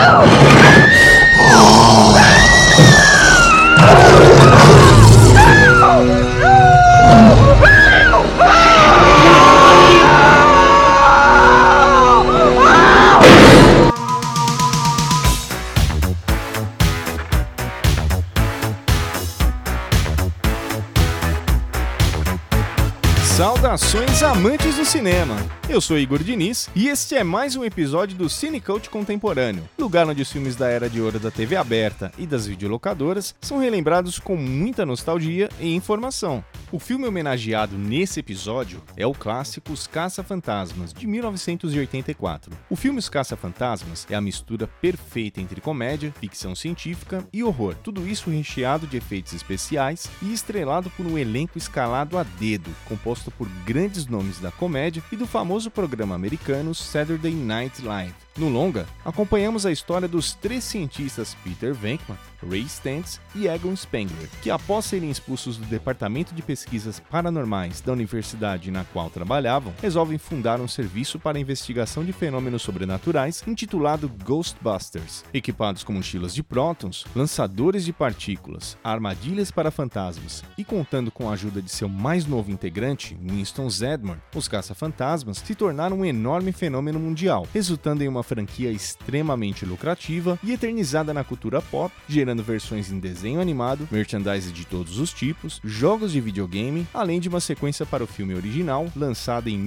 Saudações amantes do cinema! Eu sou Igor Diniz e este é mais um episódio do Cinecult Contemporâneo, lugar onde os filmes da era de ouro da TV aberta e das videolocadoras são relembrados com muita nostalgia e informação. O filme homenageado nesse episódio é o clássico Os Caça-Fantasmas, de 1984. O filme Os Caça-Fantasmas é a mistura perfeita entre comédia, ficção científica e horror, tudo isso recheado de efeitos especiais e estrelado por um elenco escalado a dedo, composto por grandes nomes da comédia e do famoso programa americano Saturday Night Live. No longa, acompanhamos a história dos três cientistas Peter Venkman, Ray Stantz e Egon Spengler, que após serem expulsos do Departamento de Pesquisas Paranormais da universidade na qual trabalhavam, resolvem fundar um serviço para a investigação de fenômenos sobrenaturais intitulado Ghostbusters. Equipados com mochilas de prótons, lançadores de partículas, armadilhas para fantasmas e contando com a ajuda de seu mais novo integrante, Winston Zeddemore, os caça-fantasmas se tornaram um enorme fenômeno mundial, resultando em uma franquia extremamente lucrativa e eternizada na cultura pop, gerando versões em desenho animado, merchandise de todos os tipos, jogos de videogame, além de uma sequência para o filme original, lançada em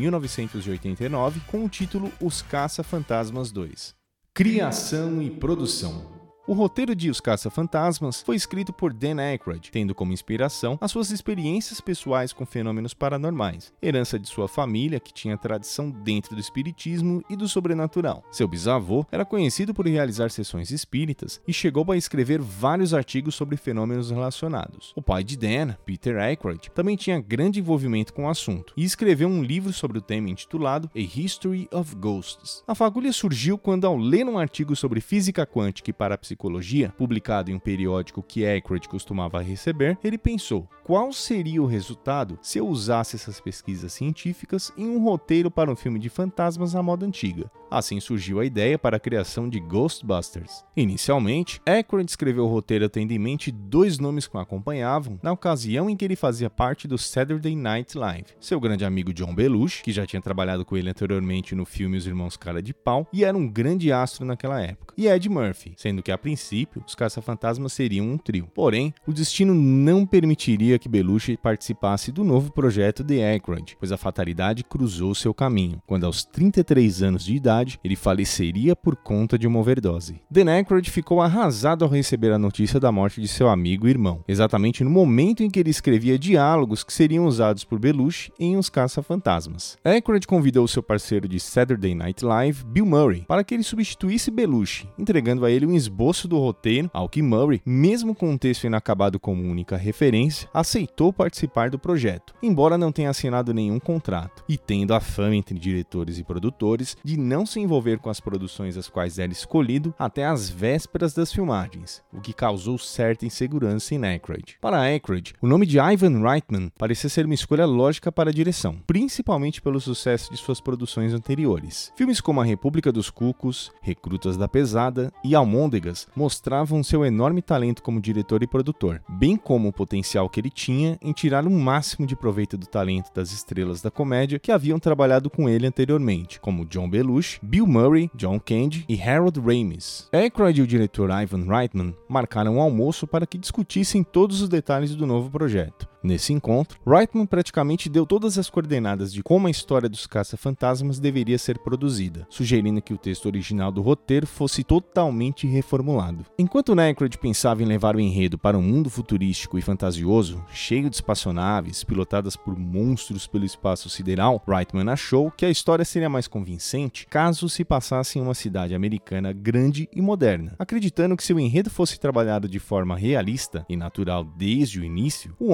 1989, com o título Os Caça-Fantasmas 2. Criação e produção. O roteiro de Os Caça-Fantasmas foi escrito por Dan Aykroyd, tendo como inspiração as suas experiências pessoais com fenômenos paranormais, herança de sua família que tinha tradição dentro do espiritismo e do sobrenatural. Seu bisavô era conhecido por realizar sessões espíritas e chegou a escrever vários artigos sobre fenômenos relacionados. O pai de Dan, Peter Aykroyd, também tinha grande envolvimento com o assunto e escreveu um livro sobre o tema intitulado A History of Ghosts. A fagulha surgiu quando, ao ler um artigo sobre física quântica e parapsicologia, publicado em um periódico que Aykroyd costumava receber, ele pensou: qual seria o resultado se eu usasse essas pesquisas científicas em um roteiro para um filme de fantasmas à moda antiga? Assim surgiu a ideia para a criação de Ghostbusters. Inicialmente, Aykroyd escreveu o roteiro tendo em mente dois nomes que o acompanhavam na ocasião em que ele fazia parte do Saturday Night Live: seu grande amigo John Belushi, que já tinha trabalhado com ele anteriormente no filme Os Irmãos Cara de Pau e era um grande astro naquela época, e Ed Murphy, sendo que a princípio os caça-fantasmas seriam um trio. Porém, o destino não permitiria que Belushi participasse do novo projeto de Aykroyd, pois a fatalidade cruzou seu caminho, quando aos 33 anos de idade ele faleceria por conta de uma overdose. Dan Aykroyd ficou arrasado ao receber a notícia da morte de seu amigo e irmão, exatamente no momento em que ele escrevia diálogos que seriam usados por Belushi em Os Caça-Fantasmas. Aykroyd convidou seu parceiro de Saturday Night Live, Bill Murray, para que ele substituísse Belushi, entregando a ele um esboço do roteiro, ao que Murray, mesmo com um texto inacabado como única referência, aceitou participar do projeto, embora não tenha assinado nenhum contrato, e tendo a fama entre diretores e produtores de não se envolver com as produções às quais era escolhido até as vésperas das filmagens, o que causou certa insegurança em Aykroyd. Para Aykroyd, o nome de Ivan Reitman parecia ser uma escolha lógica para a direção, principalmente pelo sucesso de suas produções anteriores. Filmes como A República dos Cucos, Recrutas da Pesada e Almôndegas mostravam seu enorme talento como diretor e produtor, bem como o potencial que ele tinha em tirar o máximo de proveito do talento das estrelas da comédia que haviam trabalhado com ele anteriormente, como John Belushi, Bill Murray, John Candy e Harold Ramis. Aykroyd e o diretor Ivan Reitman marcaram um almoço para que discutissem todos os detalhes do novo projeto. Nesse encontro, Reitman praticamente deu todas as coordenadas de como a história dos caça-fantasmas deveria ser produzida, sugerindo que o texto original do roteiro fosse totalmente reformulado. Enquanto Aykroyd pensava em levar o enredo para um mundo futurístico e fantasioso, cheio de espaçonaves pilotadas por monstros pelo espaço sideral, Reitman achou que a história seria mais convincente caso se passasse em uma cidade americana grande e moderna. Acreditando que se o enredo fosse trabalhado de forma realista e natural desde o início, o Homem de Marte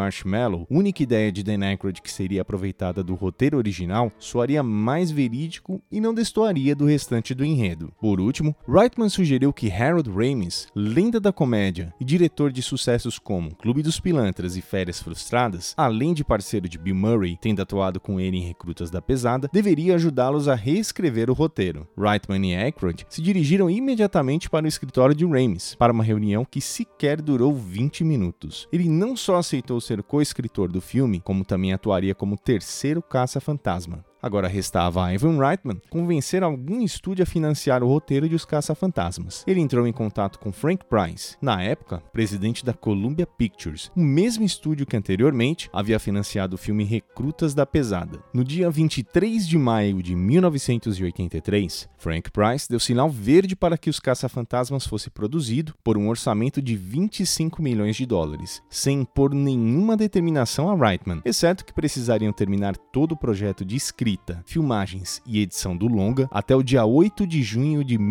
Marshmallow, única ideia de Dan Aykroyd que seria aproveitada do roteiro original, soaria mais verídico e não destoaria do restante do enredo. Por último, Reitman sugeriu que Harold Ramis, lenda da comédia e diretor de sucessos como Clube dos Pilantras e Férias Frustradas, além de parceiro de Bill Murray, tendo atuado com ele em Recrutas da Pesada, deveria ajudá-los a reescrever o roteiro. Reitman e Aykroyd se dirigiram imediatamente para o escritório de Ramis, para uma reunião que sequer durou 20 minutos. Ele não só aceitou ser co-escritor do filme, como também atuaria como terceiro caça-fantasma. Agora restava a Ivan Reitman convencer algum estúdio a financiar o roteiro de Os Caça-Fantasmas. Ele entrou em contato com Frank Price, na época presidente da Columbia Pictures, o mesmo estúdio que anteriormente havia financiado o filme Recrutas da Pesada. No dia 23 de maio de 1983, Frank Price deu sinal verde para que Os Caça-Fantasmas fosse produzido por um orçamento de 25 milhões de dólares, sem impor nenhuma determinação a Reitman, exceto que precisariam terminar todo o projeto de escrita, filmagens e edição do longa até o dia 8 de junho de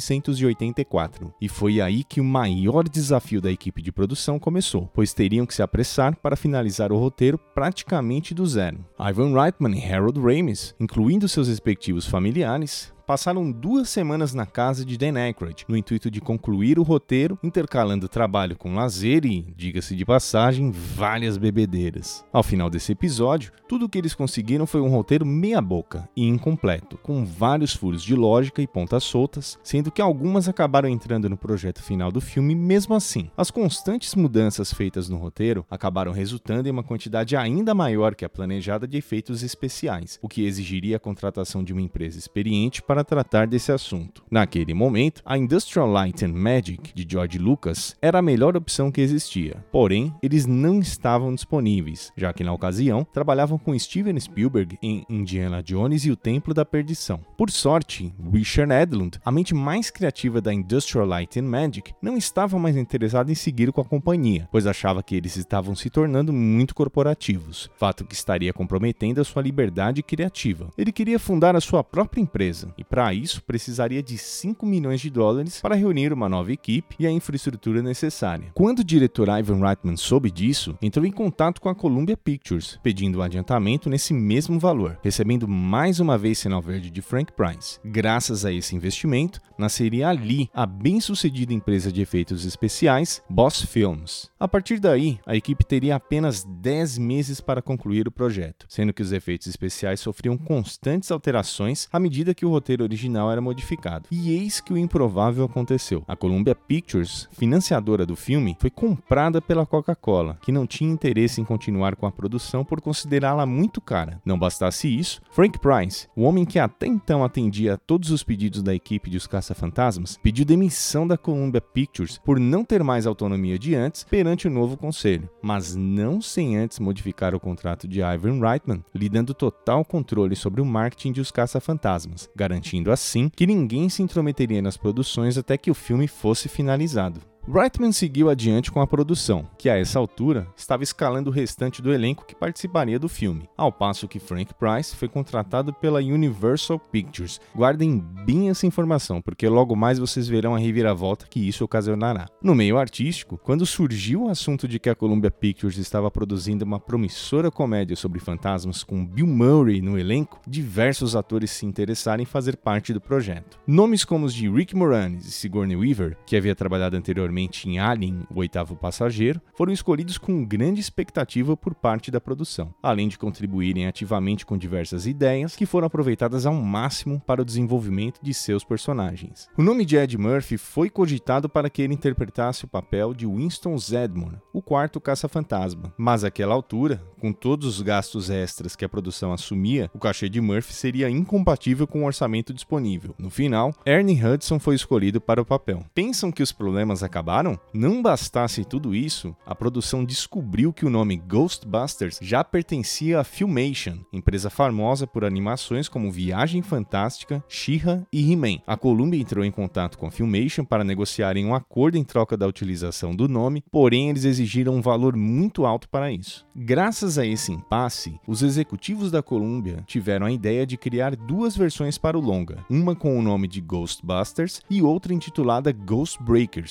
1984. E foi aí que o maior desafio da equipe de produção começou, pois teriam que se apressar para finalizar o roteiro praticamente do zero. Ivan Reitman e Harold Ramis, incluindo seus respectivos familiares, passaram 2 semanas na casa de Dan Aykroyd, no intuito de concluir o roteiro, intercalando trabalho com lazer e, diga-se de passagem, várias bebedeiras. Ao final desse episódio, tudo o que eles conseguiram foi um roteiro meia-boca e incompleto, com vários furos de lógica e pontas soltas, sendo que algumas acabaram entrando no projeto final do filme mesmo assim. As constantes mudanças feitas no roteiro acabaram resultando em uma quantidade ainda maior que a planejada de efeitos especiais, o que exigiria a contratação de uma empresa experiente para tratar desse assunto. Naquele momento, a Industrial Light and Magic de George Lucas era a melhor opção que existia. Porém, eles não estavam disponíveis, já que na ocasião trabalhavam com Steven Spielberg em Indiana Jones e o Templo da Perdição. Por sorte, Richard Edlund, a mente mais criativa da Industrial Light and Magic, não estava mais interessado em seguir com a companhia, pois achava que eles estavam se tornando muito corporativos, fato que estaria comprometendo a sua liberdade criativa. Ele queria fundar a sua própria empresa e para isso precisaria de 5 milhões de dólares para reunir uma nova equipe e a infraestrutura necessária. Quando o diretor Ivan Reitman soube disso, entrou em contato com a Columbia Pictures, pedindo um adiantamento nesse mesmo valor, recebendo mais uma vez sinal verde de Frank Price. Graças a esse investimento, nasceria ali a bem-sucedida empresa de efeitos especiais Boss Films. A partir daí, a equipe teria apenas 10 meses para concluir o projeto, sendo que os efeitos especiais sofriam constantes alterações à medida que o roteiro original era modificado. E eis que o improvável aconteceu. A Columbia Pictures, financiadora do filme, foi comprada pela Coca-Cola, que não tinha interesse em continuar com a produção por considerá-la muito cara. Não bastasse isso, Frank Price, o homem que até então atendia a todos os pedidos da equipe de Os Caça-Fantasmas, pediu demissão da Columbia Pictures por não ter mais autonomia de antes perante o novo conselho, mas não sem antes modificar o contrato de Ivan Reitman, lhe dando total controle sobre o marketing de Os Caça-Fantasmas, garantindo assim que ninguém se intrometeria nas produções até que o filme fosse finalizado. Reitman seguiu adiante com a produção, que a essa altura estava escalando o restante do elenco que participaria do filme, ao passo que Frank Price foi contratado pela Universal Pictures. Guardem bem essa informação, porque logo mais vocês verão a reviravolta que isso ocasionará. No meio artístico, quando surgiu o assunto de que a Columbia Pictures estava produzindo uma promissora comédia sobre fantasmas com Bill Murray no elenco, diversos atores se interessaram em fazer parte do projeto. Nomes como os de Rick Moranis e Sigourney Weaver, que havia trabalhado anteriormente em Alien, o Oitavo Passageiro, foram escolhidos com grande expectativa por parte da produção, além de contribuírem ativamente com diversas ideias que foram aproveitadas ao máximo para o desenvolvimento de seus personagens. O nome de Ed Murphy foi cogitado para que ele interpretasse o papel de Winston Zeddemore, o quarto caça-fantasma, mas àquela altura, com todos os gastos extras que a produção assumia, o cachê de Murphy seria incompatível com o orçamento disponível. No final, Ernie Hudson foi escolhido para o papel. Pensam que os problemas acabaram? Não bastasse tudo isso, a produção descobriu que o nome Ghostbusters já pertencia à Filmation, empresa famosa por animações como Viagem Fantástica, She-Ra e He-Man. A Columbia entrou em contato com a Filmation para negociarem um acordo em troca da utilização do nome, porém eles exigiram um valor muito alto para isso. Graças a esse impasse, os executivos da Columbia tiveram a ideia de criar 2 versões para o longa, uma com o nome de Ghostbusters e outra intitulada Ghostbreakers. Tudo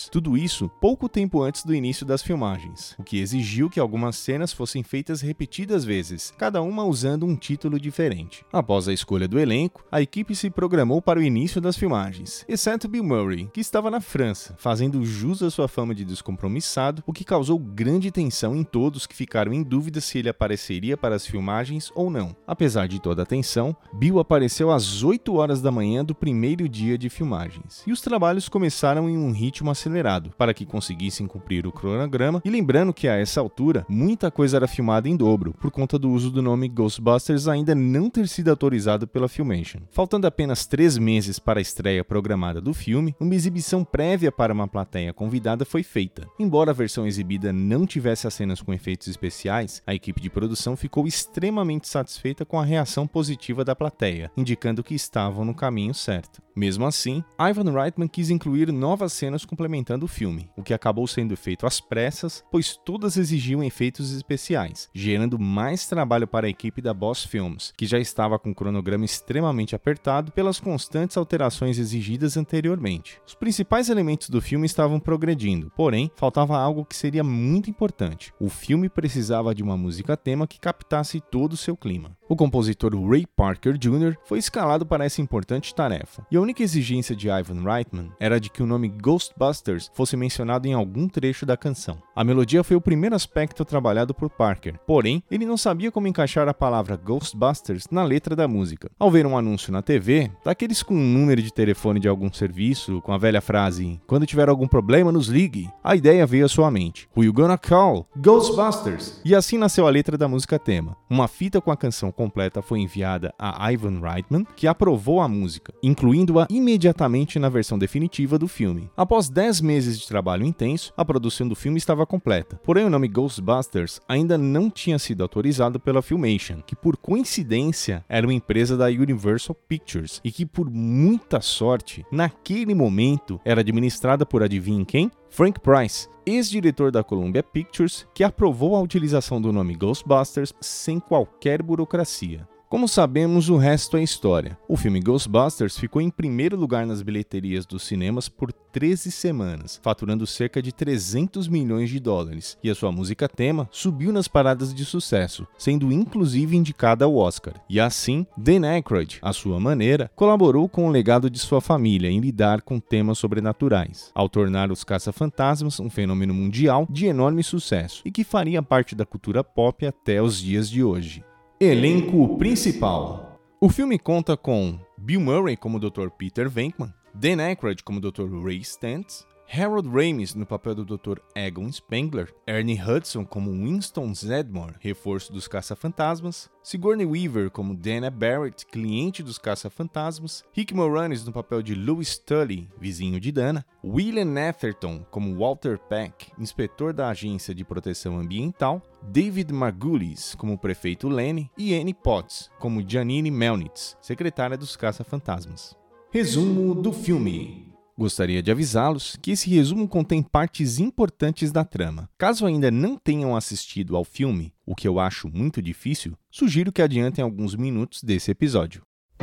isso pouco tempo antes do início das filmagens, o que exigiu que algumas cenas fossem feitas repetidas vezes, cada uma usando um título diferente. Após a escolha do elenco, a equipe se programou para o início das filmagens, exceto Bill Murray, que estava na França, fazendo jus à sua fama de descompromissado, o que causou grande tensão em todos que ficaram em dúvida se ele apareceria para as filmagens ou não. Apesar de toda a tensão, Bill apareceu às 8 horas da manhã do primeiro dia de filmagens, e os trabalhos começaram em um ritmo acelerado, para que conseguissem cumprir o cronograma, e lembrando que a essa altura, muita coisa era filmada em dobro, por conta do uso do nome Ghostbusters ainda não ter sido autorizado pela Filmation. Faltando apenas 3 meses para a estreia programada do filme, uma exibição prévia para uma plateia convidada foi feita. Embora a versão exibida não tivesse as cenas com efeitos especiais, a equipe de produção ficou extremamente satisfeita com a reação positiva da plateia, indicando que estavam no caminho certo. Mesmo assim, Ivan Reitman quis incluir novas cenas complementando o filme, o que acabou sendo feito às pressas, pois todas exigiam efeitos especiais, gerando mais trabalho para a equipe da Boss Films, que já estava com o cronograma extremamente apertado pelas constantes alterações exigidas anteriormente. Os principais elementos do filme estavam progredindo, porém, faltava algo que seria muito importante. O filme precisava de uma música-tema que captasse todo o seu clima. O compositor Ray Parker Jr. foi escalado para essa importante tarefa, e a única exigência de Ivan Reitman era de que o nome Ghostbusters fosse mencionado em algum trecho da canção. A melodia foi o primeiro aspecto trabalhado por Parker, porém, ele não sabia como encaixar a palavra Ghostbusters na letra da música. Ao ver um anúncio na TV, daqueles com um número de telefone de algum serviço, com a velha frase "Quando tiver algum problema, nos ligue", a ideia veio à sua mente. Who you gonna call? Ghostbusters! E assim nasceu a letra da música tema. Uma fita com a canção completa foi enviada a Ivan Reitman, que aprovou a música, incluindo-a imediatamente na versão definitiva do filme. Após 10 meses de trabalho intenso, a produção do filme estava completa. Porém, o nome Ghostbusters ainda não tinha sido autorizado pela Filmation, que por coincidência era uma empresa da Universal Pictures e que por muita sorte, naquele momento, era administrada por adivinhem quem? Frank Price, ex-diretor da Columbia Pictures, que aprovou a utilização do nome Ghostbusters sem qualquer burocracia. Como sabemos, o resto é história. O filme Ghostbusters ficou em primeiro lugar nas bilheterias dos cinemas por 13 semanas, faturando cerca de 300 milhões de dólares, e a sua música tema subiu nas paradas de sucesso, sendo inclusive indicada ao Oscar. E assim, Dan Aykroyd, à sua maneira, colaborou com o legado de sua família em lidar com temas sobrenaturais, ao tornar os caça-fantasmas um fenômeno mundial de enorme sucesso e que faria parte da cultura pop até os dias de hoje. Elenco principal. O filme conta com Bill Murray como Dr. Peter Venkman, Dan Aykroyd como Dr. Ray Stantz, Harold Ramis no papel do Dr. Egon Spengler, Ernie Hudson como Winston Zeddemore, reforço dos Caça-Fantasmas, Sigourney Weaver como Dana Barrett, cliente dos Caça-Fantasmas, Rick Moranis no papel de Louis Tully, vizinho de Dana, William Atherton como Walter Peck, inspetor da Agência de Proteção Ambiental, David Margulies como prefeito Lenny e Annie Potts como Janine Melnitz, secretária dos Caça-Fantasmas. Resumo do filme. Gostaria de avisá-los que esse resumo contém partes importantes da trama. Caso ainda não tenham assistido ao filme, o que eu acho muito difícil, sugiro que adiantem alguns minutos desse episódio.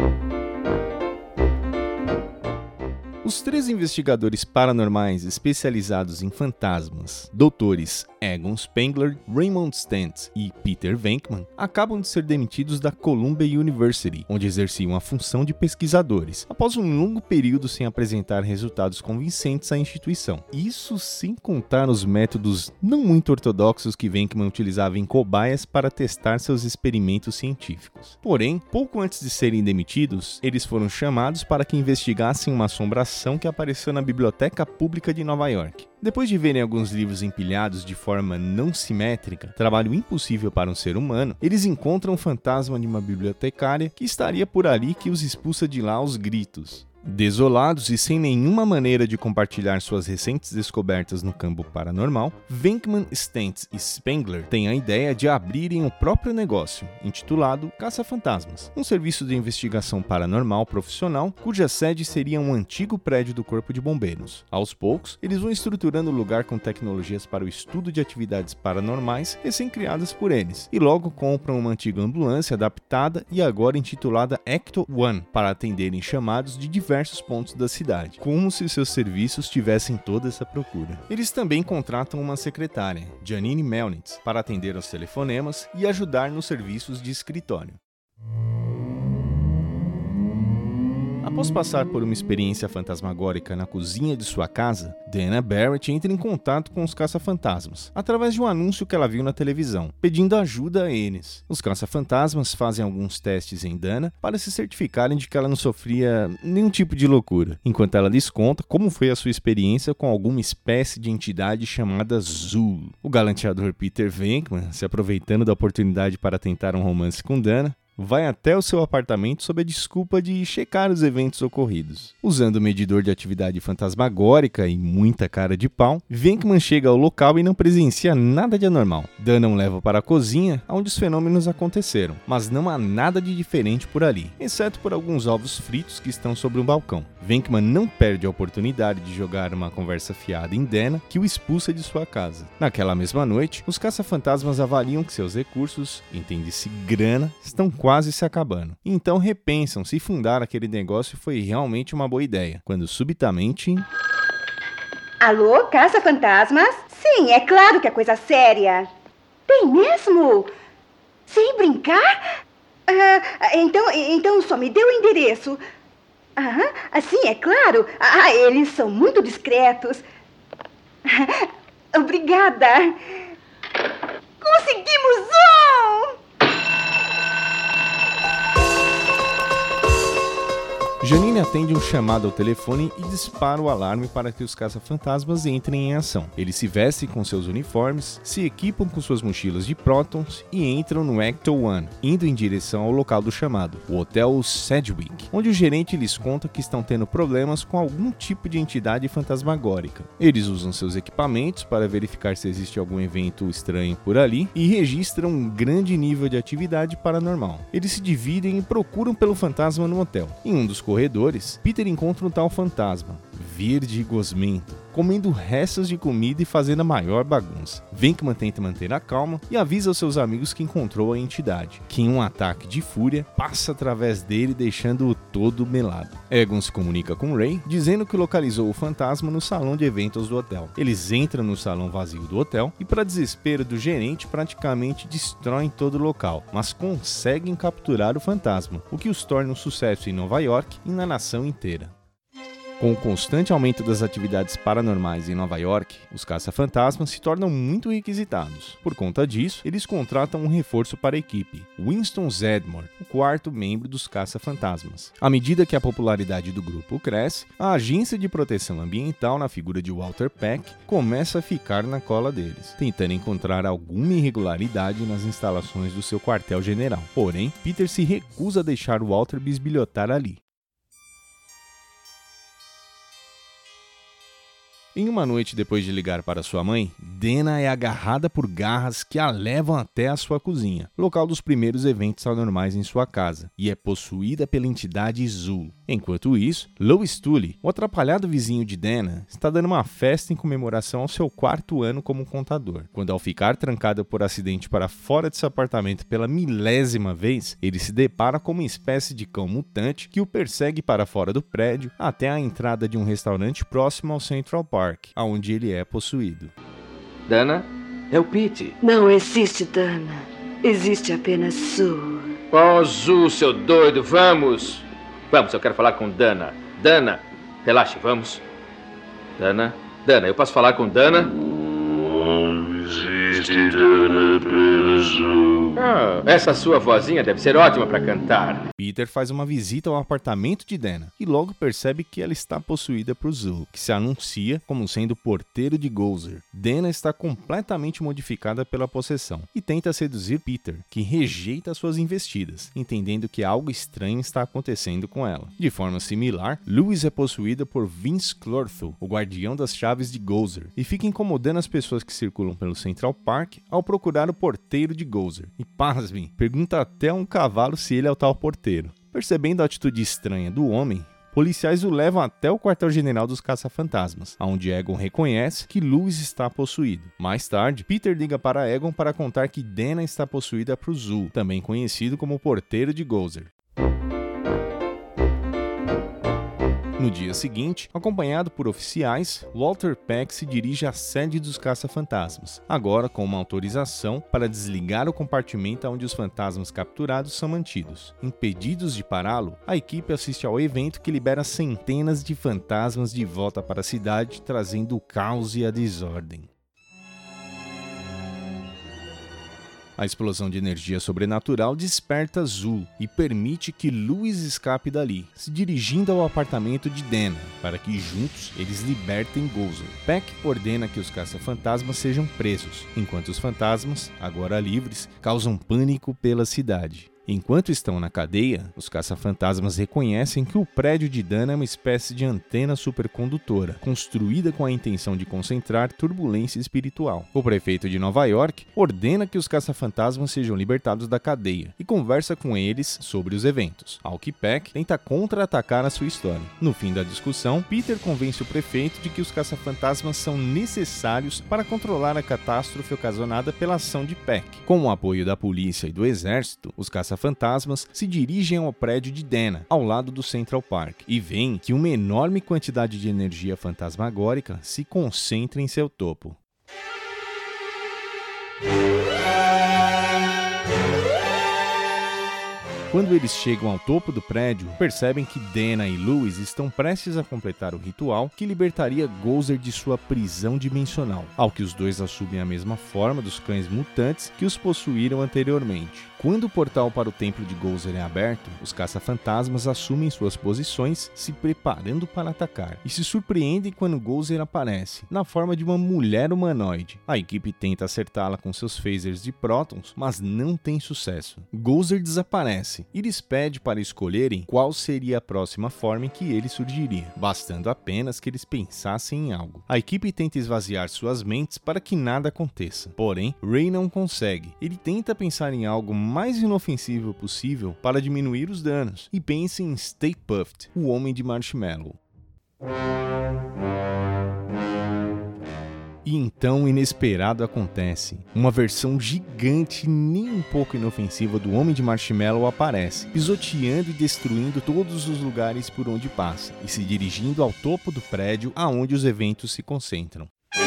Os 3 investigadores paranormais especializados em fantasmas, doutores Egon Spengler, Raymond Stantz e Peter Venkman, acabam de ser demitidos da Columbia University, onde exerciam a função de pesquisadores, após um longo período sem apresentar resultados convincentes à instituição. Isso sem contar os métodos não muito ortodoxos que Venkman utilizava em cobaias para testar seus experimentos científicos. Porém, pouco antes de serem demitidos, eles foram chamados para que investigassem uma assombração que apareceu na Biblioteca Pública de Nova York. Depois de verem alguns livros empilhados de forma não simétrica, trabalho impossível para um ser humano, eles encontram um fantasma de uma bibliotecária que estaria por ali que os expulsa de lá aos gritos. Desolados e sem nenhuma maneira de compartilhar suas recentes descobertas no campo paranormal, Venkman, Stantz e Spengler têm a ideia de abrirem o próprio negócio, intitulado Caça-Fantasmas, um serviço de investigação paranormal profissional cuja sede seria um antigo prédio do Corpo de Bombeiros. Aos poucos, eles vão estruturando o lugar com tecnologias para o estudo de atividades paranormais recém-criadas por eles, e logo compram uma antiga ambulância adaptada e agora intitulada Ecto One, para atenderem chamados de diversos diversos pontos da cidade, como se seus serviços tivessem toda essa procura. Eles também contratam uma secretária, Janine Melnitz, para atender aos telefonemas e ajudar nos serviços de escritório. Após passar por uma experiência fantasmagórica na cozinha de sua casa, Dana Barrett entra em contato com os caça-fantasmas, através de um anúncio que ela viu na televisão, pedindo ajuda a eles. Os caça-fantasmas fazem alguns testes em Dana para se certificarem de que ela não sofria nenhum tipo de loucura, enquanto ela lhes conta como foi a sua experiência com alguma espécie de entidade chamada Zul. O galanteador Peter Venkman, se aproveitando da oportunidade para tentar um romance com Dana, vai até o seu apartamento sob a desculpa de checar os eventos ocorridos. Usando o medidor de atividade fantasmagórica e muita cara de pau, Venkman chega ao local e não presencia nada de anormal. Dana o leva para a cozinha, onde os fenômenos aconteceram, mas não há nada de diferente por ali, exceto por alguns ovos fritos que estão sobre um balcão. Venkman não perde a oportunidade de jogar uma conversa fiada em Dana, que o expulsa de sua casa. Naquela mesma noite, os caça-fantasmas avaliam que seus recursos, entende-se grana, estão quase se acabando. Então repensam se fundar aquele negócio foi realmente uma boa ideia, quando subitamente... Alô, caça-fantasmas? Sim, é claro que é coisa séria. Tem mesmo? Sem brincar? Então só me dê o endereço. Sim, é claro. Eles são muito discretos. Obrigada. Conseguimos um! Janine atende um chamado ao telefone e dispara o alarme para que os caça-fantasmas entrem em ação. Eles se vestem com seus uniformes, se equipam com suas mochilas de prótons e entram no Ecto One, indo em direção ao local do chamado, o Hotel Sedgwick, onde o gerente lhes conta que estão tendo problemas com algum tipo de entidade fantasmagórica. Eles usam seus equipamentos para verificar se existe algum evento estranho por ali e registram um grande nível de atividade paranormal. Eles se dividem e procuram pelo fantasma no hotel. Em um dos corredores, Peter encontra um tal fantasma, verde e gosmento, comendo restos de comida e fazendo a maior bagunça. Venkman tenta manter a calma e avisa aos seus amigos que encontrou a entidade, que em um ataque de fúria passa através dele, deixando-o todo melado. Egon se comunica com Ray, dizendo que localizou o fantasma no salão de eventos do hotel. Eles entram no salão vazio do hotel e, para desespero do gerente, praticamente destroem todo o local, mas conseguem capturar o fantasma, o que os torna um sucesso em Nova York e na nação inteira. Com o constante aumento das atividades paranormais em Nova York, os caça-fantasmas se tornam muito requisitados. Por conta disso, eles contratam um reforço para a equipe, Winston Zedmore, o quarto membro dos caça-fantasmas. À medida que a popularidade do grupo cresce, a agência de proteção ambiental, na figura de Walter Peck, começa a ficar na cola deles, tentando encontrar alguma irregularidade nas instalações do seu quartel-general. Porém, Peter se recusa a deixar Walter bisbilhotar ali. Em uma noite depois de ligar para sua mãe, Dana é agarrada por garras que a levam até a sua cozinha, local dos primeiros eventos anormais em sua casa, e é possuída pela entidade Zul. Enquanto isso, Lois Tully, o atrapalhado vizinho de Dana, está dando uma festa em comemoração ao seu 4º ano como contador, quando ao ficar trancado por acidente para fora de seu apartamento pela 1000ª vez, ele se depara com uma espécie de cão mutante que o persegue para fora do prédio até a entrada de um restaurante próximo ao Central Park, onde ele é possuído. Dana, é o Pete. Não existe Dana. Existe apenas Zul. Oh, Zul, seu doido, vamos! Vamos, eu quero falar com Dana. Dana, relaxe, vamos. Dana, eu posso falar com Dana? Não existe Dana, apenas Zul. Essa sua vozinha deve ser ótima para cantar. Peter faz uma visita ao apartamento de Dana e logo percebe que ela está possuída por Zul, que se anuncia como sendo o porteiro de Gozer. Dana está completamente modificada pela possessão e tenta seduzir Peter, que rejeita suas investidas, entendendo que algo estranho está acontecendo com ela. De forma similar, Louis é possuída por Vince Clortho, o guardião das chaves de Gozer, e fica incomodando as pessoas que circulam pelo Central Park ao procurar o porteiro de Gozer. E pasmem, pergunta até a um cavalo se ele é o tal porteiro. Percebendo a atitude estranha do homem, policiais o levam até o quartel-general dos caça-fantasmas, onde Egon reconhece que Louis está possuído. Mais tarde, Peter liga para Egon para contar que Dana está possuída por Zul, também conhecido como porteiro de Gozer. No dia seguinte, acompanhado por oficiais, Walter Peck se dirige à sede dos caça-fantasmas, agora com uma autorização para desligar o compartimento onde os fantasmas capturados são mantidos. Impedidos de pará-lo, a equipe assiste ao evento que libera centenas de fantasmas de volta para a cidade, trazendo o caos e a desordem. A explosão de energia sobrenatural desperta Zul e permite que Louis escape dali, se dirigindo ao apartamento de Dana, para que juntos eles libertem Gozer. Peck ordena que os caça-fantasmas sejam presos, enquanto os fantasmas, agora livres, causam pânico pela cidade. Enquanto estão na cadeia, os caça-fantasmas reconhecem que o prédio de Dana é uma espécie de antena supercondutora, construída com a intenção de concentrar turbulência espiritual. O prefeito de Nova York ordena que os caça-fantasmas sejam libertados da cadeia e conversa com eles sobre os eventos, ao que Peck tenta contra-atacar a sua história. No fim da discussão, Peter convence o prefeito de que os caça-fantasmas são necessários para controlar a catástrofe ocasionada pela ação de Peck. Com o apoio da polícia e do exército, os caça-fantasmas se dirigem ao prédio de Dana, ao lado do Central Park, e veem que uma enorme quantidade de energia fantasmagórica se concentra em seu topo. Quando eles chegam ao topo do prédio, percebem que Dana e Louis estão prestes a completar o ritual que libertaria Gozer de sua prisão dimensional, ao que os dois assumem a mesma forma dos cães mutantes que os possuíram anteriormente. Quando o portal para o templo de Gozer é aberto, os caça-fantasmas assumem suas posições, se preparando para atacar, e se surpreendem quando Gozer aparece, na forma de uma mulher humanoide. A equipe tenta acertá-la com seus phasers de prótons, mas não tem sucesso. Gozer desaparece e lhes pede para escolherem qual seria a próxima forma em que ele surgiria, bastando apenas que eles pensassem em algo. A equipe tenta esvaziar suas mentes para que nada aconteça, porém, Ray não consegue. Ele tenta pensar em algo mais inofensivo possível para diminuir os danos, e pensa em Stay Puft, o Homem de Marshmallow. E então o inesperado acontece. Uma versão gigante, nem um pouco inofensiva do Homem de Marshmallow aparece, pisoteando e destruindo todos os lugares por onde passa, e se dirigindo ao topo do prédio aonde os eventos se concentram.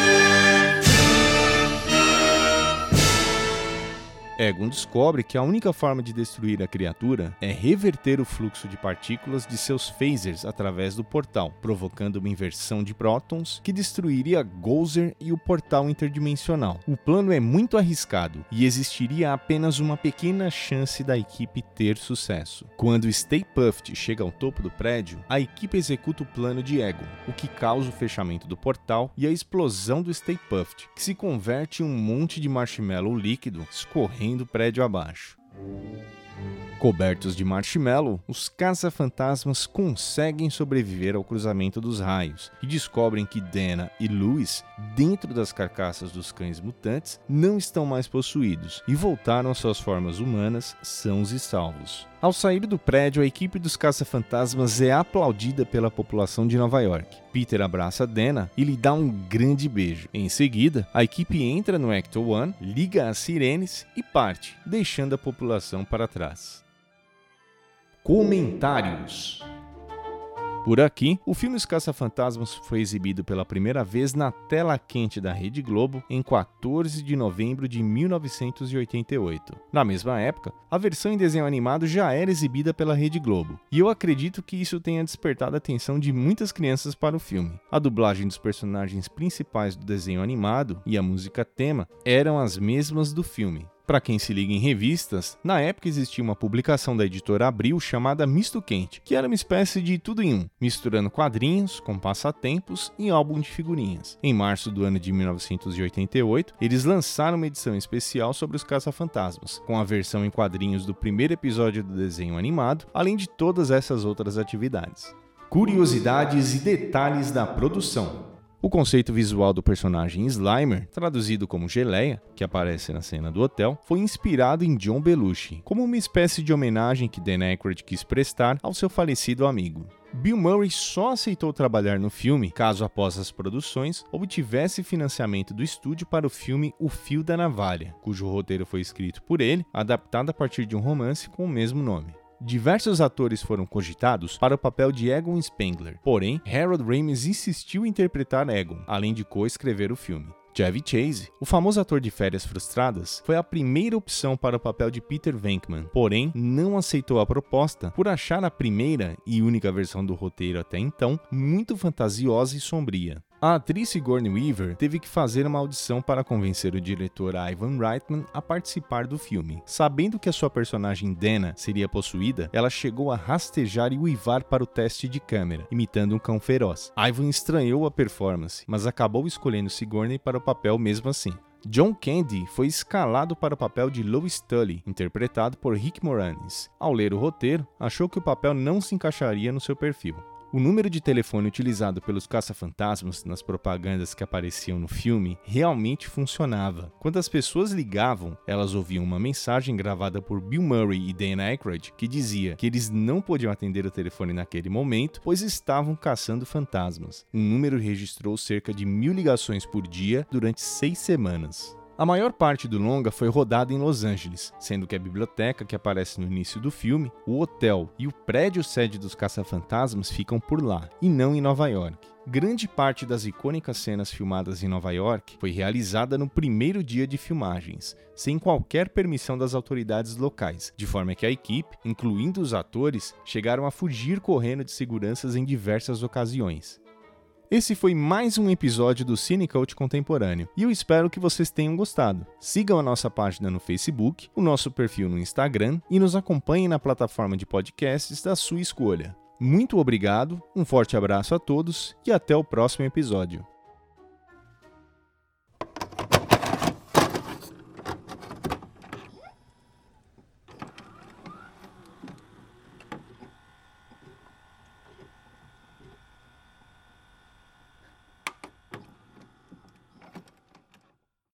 Egon descobre que a única forma de destruir a criatura é reverter o fluxo de partículas de seus phasers através do portal, provocando uma inversão de prótons que destruiria Gozer e o portal interdimensional. O plano é muito arriscado e existiria apenas uma pequena chance da equipe ter sucesso. Quando Stay Puft chega ao topo do prédio, a equipe executa o plano de Egon, o que causa o fechamento do portal e a explosão do Stay Puft, que se converte em um monte de marshmallow líquido escorrendo do prédio abaixo. Cobertos de marshmallow, os caça-fantasmas conseguem sobreviver ao cruzamento dos raios e descobrem que Dana e Louis, dentro das carcaças dos cães mutantes, não estão mais possuídos e voltaram às suas formas humanas, sãos e salvos. Ao sair do prédio, a equipe dos caça-fantasmas é aplaudida pela população de Nova York. Peter abraça Dana e lhe dá um grande beijo. Em seguida, a equipe entra no Ecto One, liga as sirenes e parte, deixando a população para trás. Comentários. Por aqui, o filme Os Caça-Fantasmas foi exibido pela primeira vez na tela quente da Rede Globo em 14 de novembro de 1988. Na mesma época, a versão em desenho animado já era exibida pela Rede Globo, e eu acredito que isso tenha despertado a atenção de muitas crianças para o filme. A dublagem dos personagens principais do desenho animado e a música tema eram as mesmas do filme. Para quem se liga em revistas, na época existia uma publicação da editora Abril chamada Misto Quente, que era uma espécie de tudo em um, misturando quadrinhos com passatempos e álbum de figurinhas. Em março do ano de 1988, eles lançaram uma edição especial sobre os Caça-Fantasmas, com a versão em quadrinhos do primeiro episódio do desenho animado, além de todas essas outras atividades. Curiosidades e detalhes da produção. O conceito visual do personagem Slimer, traduzido como Geleia, que aparece na cena do hotel, foi inspirado em John Belushi, como uma espécie de homenagem que Dan Aykroyd quis prestar ao seu falecido amigo. Bill Murray só aceitou trabalhar no filme caso, após as produções, obtivesse financiamento do estúdio para o filme O Fio da Navalha, cujo roteiro foi escrito por ele, adaptado a partir de um romance com o mesmo nome. Diversos atores foram cogitados para o papel de Egon Spengler, porém, Harold Ramis insistiu em interpretar Egon, além de co-escrever o filme. Chevy Chase, o famoso ator de Férias Frustradas, foi a primeira opção para o papel de Peter Venkman, porém não aceitou a proposta por achar a primeira e única versão do roteiro até então muito fantasiosa e sombria. A atriz Sigourney Weaver teve que fazer uma audição para convencer o diretor Ivan Reitman a participar do filme. Sabendo que a sua personagem Dana seria possuída, ela chegou a rastejar e uivar para o teste de câmera, imitando um cão feroz. Ivan estranhou a performance, mas acabou escolhendo Sigourney para o papel mesmo assim. John Candy foi escalado para o papel de Lois Tully, interpretado por Rick Moranis. Ao ler o roteiro, achou que o papel não se encaixaria no seu perfil. O número de telefone utilizado pelos caça-fantasmas nas propagandas que apareciam no filme realmente funcionava. Quando as pessoas ligavam, elas ouviam uma mensagem gravada por Bill Murray e Dan Aykroyd que dizia que eles não podiam atender o telefone naquele momento, pois estavam caçando fantasmas. O número registrou cerca de 1.000 ligações por dia durante 6 semanas. A maior parte do longa foi rodada em Los Angeles, sendo que a biblioteca que aparece no início do filme, o hotel e o prédio sede dos caça-fantasmas ficam por lá, e não em Nova York. Grande parte das icônicas cenas filmadas em Nova York foi realizada no primeiro dia de filmagens, sem qualquer permissão das autoridades locais, de forma que a equipe, incluindo os atores, chegaram a fugir correndo de seguranças em diversas ocasiões. Esse foi mais um episódio do Cinecoach Contemporâneo e eu espero que vocês tenham gostado. Sigam a nossa página no Facebook, o nosso perfil no Instagram e nos acompanhem na plataforma de podcasts da sua escolha. Muito obrigado, um forte abraço a todos e até o próximo episódio.